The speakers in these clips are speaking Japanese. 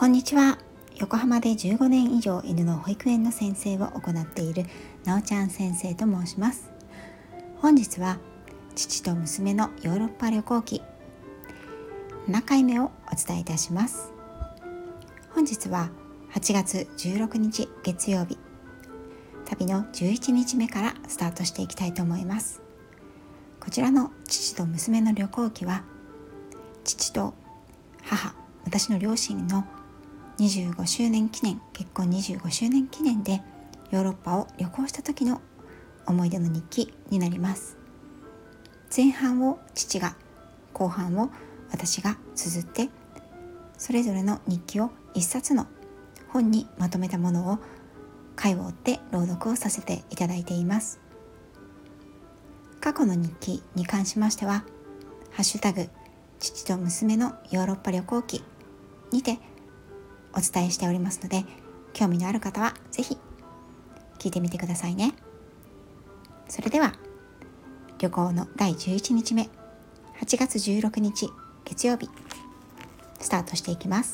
こんにちは。横浜で15年以上犬の保育園の先生を行っているなおちゃん先生と申します。本日は父と娘のヨーロッパ旅行記7回目をお伝えいたします。本日は8月16日月曜日、旅の11日目からスタートしていきたいと思います。こちらの父と娘の旅行記は、父と母、私の両親の25周年記念、結婚25周年記念でヨーロッパを旅行した時の思い出の日記になります。前半を父が、後半を私が綴って、それぞれの日記を一冊の本にまとめたものを回を追って朗読をさせていただいています。過去の日記に関しましては、ハッシュタグ父と娘のヨーロッパ旅行記にてお伝えしておりますので、興味のある方はぜひ聞いてみてくださいね。それでは旅行の第11日目、8月16日月曜日、スタートしていきます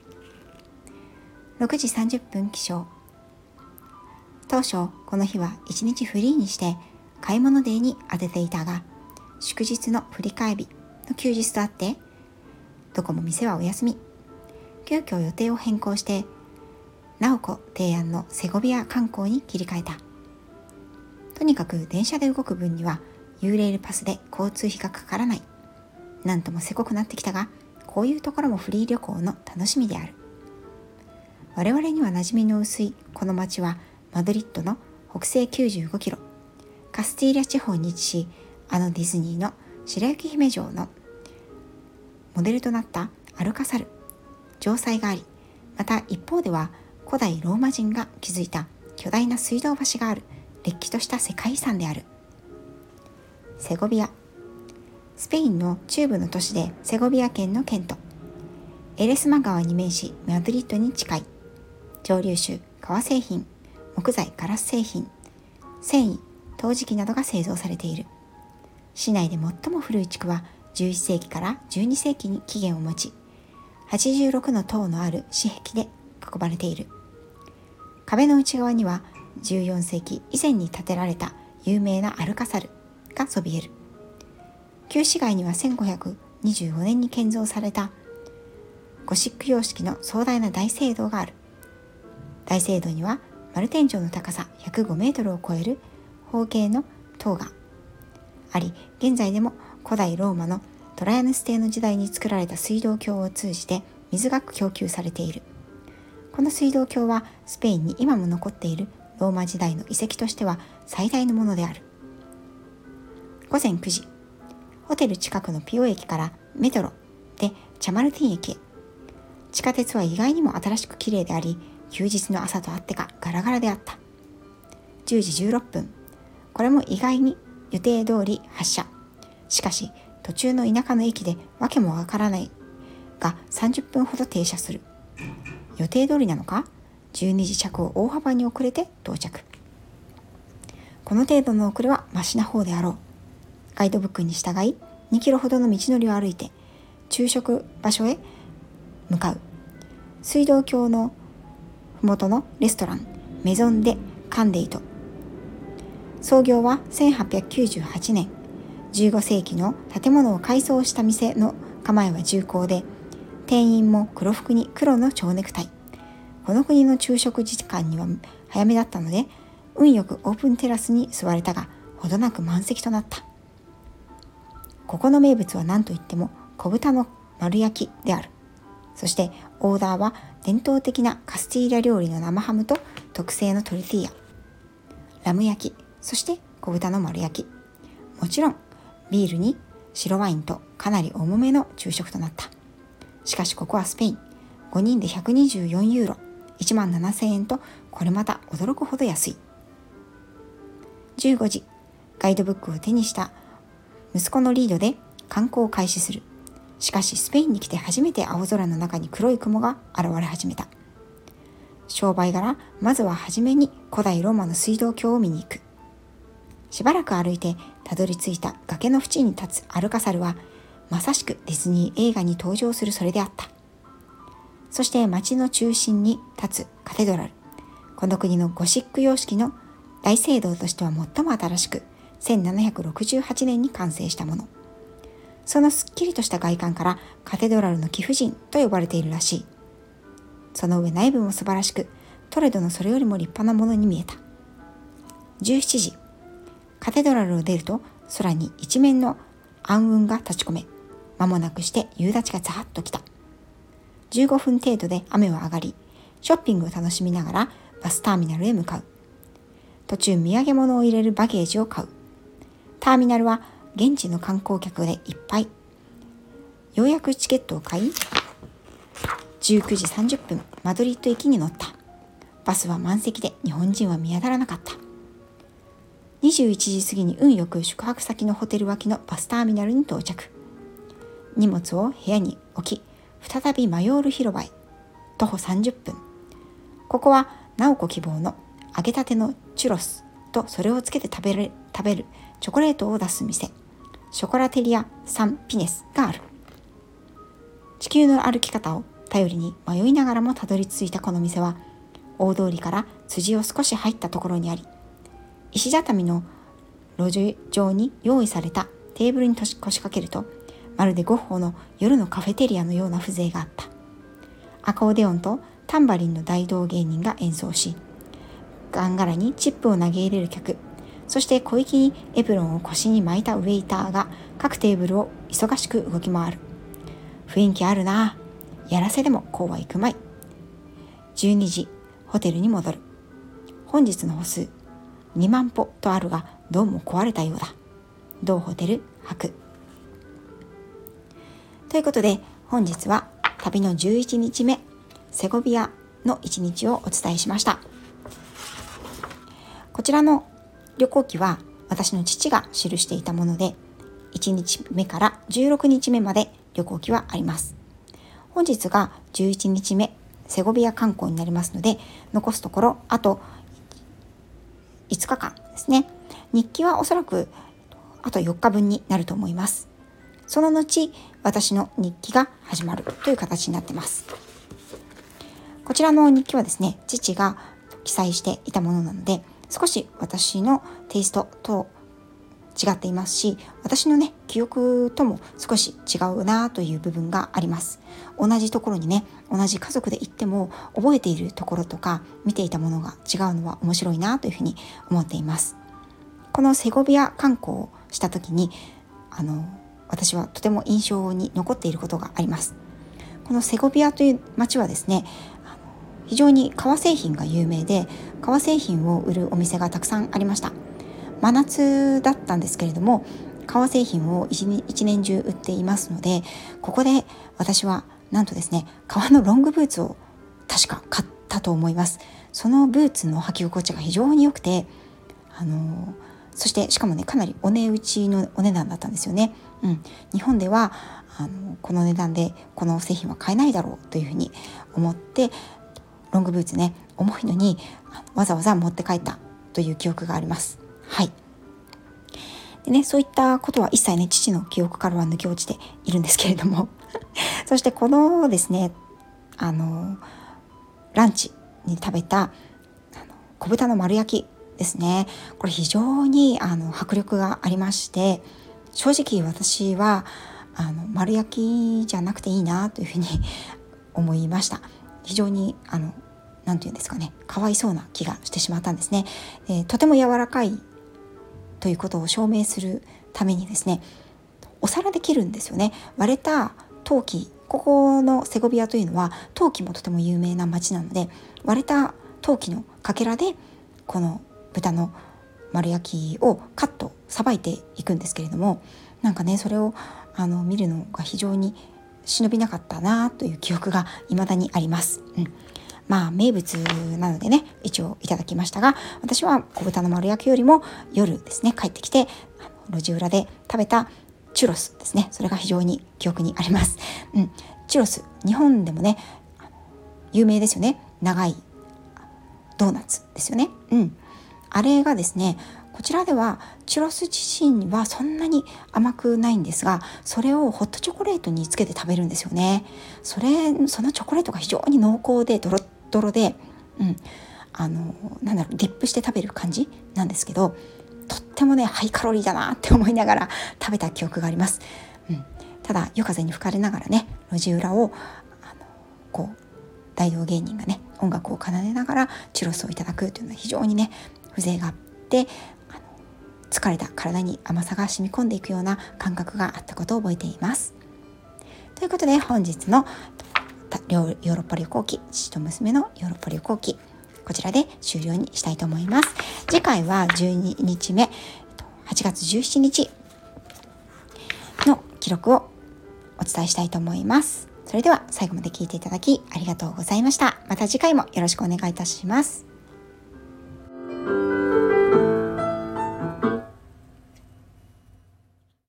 。6時30分起床。当初この日は1日フリーにして買い物デーに当てていたが、祝日の振り替え日の休日とあってどこも店はお休み。急遽予定を変更して直子提案のセゴビア観光に切り替えた。とにかく電車で動く分にはユーレールパスで交通費がかからない。なんともせこくなってきたが、こういうところもフリー旅行の楽しみである。我々には馴染みの薄いこの街はマドリッドの北西95キロ、カスティーリャ地方に位置し、あのディズニーの白雪姫城のモデルとなったアルカサル城塞があり、また一方では古代ローマ人が築いた巨大な水道橋があるれっきとした世界遺産である。セゴビア、スペインの中部の都市でセゴビア県の県都、エレスマ川に面しマドリッドに近い。蒸留酒、革製品、木材、ガラス製品、繊維、陶磁器などが製造されている。市内で最も古い地区は11世紀から12世紀に起源を持ち、86の塔のある市壁で囲まれている。壁の内側には14世紀以前に建てられた有名なアルカサルがそびえる。旧市街には1525年に建造されたゴシック様式の壮大な大聖堂がある。大聖堂には丸天井の高さ105メートルを超える方形の塔があり、現在でも古代ローマのトラヤヌス帝の時代に作られた水道橋を通じて水が供給されている。この水道橋はスペインに今も残っているローマ時代の遺跡としては最大のものである。午前9時、ホテル近くのピオ駅からメトロでチャマルティン駅へ。地下鉄は意外にも新しく綺麗であり、休日の朝とあってかガラガラであった。10時16分、これも意外に予定通り発車。しかし途中の田舎の駅でわけもわからないが30分ほど停車する。予定通りなのか、12時着を大幅に遅れて到着。この程度の遅れはマシな方であろう。ガイドブックに従い2キロほどの道のりを歩いて昼食場所へ向かう。水道橋のふもとのレストランメゾン・デ・カンデイト、創業は1898年、15世紀の建物を改装した店の構えは重厚で、店員も黒服に黒の蝶ネクタイ。この国の昼食時間には早めだったので、運よくオープンテラスに座れたが、ほどなく満席となった。ここの名物は何といっても小豚の丸焼きである。そしてオーダーは伝統的なカスティーリャ料理の生ハムと特製のトルティーヤ、ラム焼き、そして小豚の丸焼き。もちろんビールに白ワインとかなり重めの昼食となった。しかしここはスペイン、5人で124ユーロ、17,000円と、これまた驚くほど安い。15時、ガイドブックを手にした息子のリードで観光を開始する。しかしスペインに来て初めて青空の中に黒い雲が現れ始めた。商売柄、まずは初めに古代ローマの水道橋を見に行く。しばらく歩いてたどり着いた崖の縁に立つアルカサルは、まさしくディズニー映画に登場するそれであった。 そして町の中心に立つカテドラル。この国のゴシック様式の大聖堂としては最も新しく、1768年に完成したもの。そのすっきりとした外観からカテドラルの貴婦人と呼ばれているらしい。その上内部も素晴らしく、トレドのそれよりも立派なものに見えた。17時、カテドラルを出ると空に一面の暗雲が立ち込め、間もなくして夕立がザーッと来た。15分程度で雨は上がり、ショッピングを楽しみながらバスターミナルへ向かう。途中土産物を入れるバゲージを買う。ターミナルは現地の観光客でいっぱい。ようやくチケットを買い、19時30分、マドリッド駅に乗った。バスは満席で日本人は見当たらなかった。21時過ぎに運よく宿泊先のホテル脇のバスターミナルに到着。荷物を部屋に置き、再びマヨール広場へ。徒歩30分。ここは直子希望の揚げたてのチュロスとそれをつけて食べるチョコレートを出す店、ショコラテリア・サン・ピネスがある。地球の歩き方を頼りに迷いながらもたどり着いたこの店は、大通りから筋を少し入ったところにあり、石畳の路地上に用意されたテーブルに腰掛けると、まるでゴッホの夜のカフェテリアのような風情があった。アコーディオンとタンバリンの大道芸人が演奏し、ガンガラにチップを投げ入れる客、そして小粋にエプロンを腰に巻いたウェイターが各テーブルを忙しく動き回る。雰囲気あるな。やらせでもこうはいくまい。12時、ホテルに戻る。本日の歩数2万歩とあるが、どうも壊れたようだ。同ホテル泊。ということで、本日は旅の11日目、セゴビアの1日をお伝えしました。こちらの旅行記は私の父が記していたもので、1日目から16日目まで旅行記はあります。本日が11日目、セゴビア観光になりますので、残すところあと5日間ですね。日記はおそらくあと4日分になると思います。その後、私の日記が始まるという形になっています。こちらの日記はですね、父が記載していたものなので、少し私のテイストと違っていますし、私のね、記憶とも少し違うなという部分があります。同じところにね、同じ家族で行っても覚えているところとか見ていたものが違うのは面白いなというふうに思っています。このセゴビア観光をした時に私はとても印象に残っていることがあります。このセゴビアという町はですね、非常に革製品が有名で、革製品を売るお店がたくさんありました。真夏だったんですけれども、革製品を一年中売っていますので、ここで私はなんとですね、革のロングブーツを確か買ったと思います。そのブーツの履き心地が非常に良くて、そしてしかもね、かなりお値打ちのお値段だったんですよね。日本ではこの値段でこの製品は買えないだろうというふうに思って、ロングブーツね、重いのにわざわざ持って帰ったという記憶があります。はい。でね、そういったことは一切ね、父の記憶からは抜け落ちているんですけれどもそしてこのですね、ランチに食べた小豚の丸焼きですね。これ非常に迫力がありまして、正直私は丸焼きじゃなくていいなというふうに思いました。非常になんていうんですかね、かわいそうな気がしてしまったんですね。とても柔らかいということを証明するためにですね、お皿で切るんですよね。割れた陶器、ここのセゴビアというのは陶器もとても有名な町なので、割れた陶器のかけらでこの豚の丸焼きをカットさばいていくんですけれども、なんかね、それを見るのが非常に忍びなかったなという記憶が未だにあります。まあ名物なのでね、一応いただきましたが、私は小豚の丸焼きよりも夜ですね、帰ってきて路地裏で食べたチュロスですね、それが非常に記憶にあります。チュロス、日本でもね有名ですよね。長いドーナツですよね。あれがですね、 こちらではチュロス自身はそんなに甘くないんですが、それをホットチョコレートにつけて食べるんですよね。そのチョコレートが非常に濃厚でドロッドロで、ディップして食べる感じなんですけど、とってもねハイカロリーだなって思いながら食べた記憶があります。ただ夜風に吹かれながらね、路地裏を大道芸人がね音楽を奏でながらチュロスをいただくというのは非常にね風情があって、疲れた体に甘さが染み込んでいくような感覚があったことを覚えています。ということで本日のヨーロッパ旅行記、父と娘のヨーロッパ旅行記、こちらで終了にしたいと思います。次回は12日目8月17日の記録をお伝えしたいと思います。それでは最後まで聞いていただきありがとうございました。また次回もよろしくお願いいたします。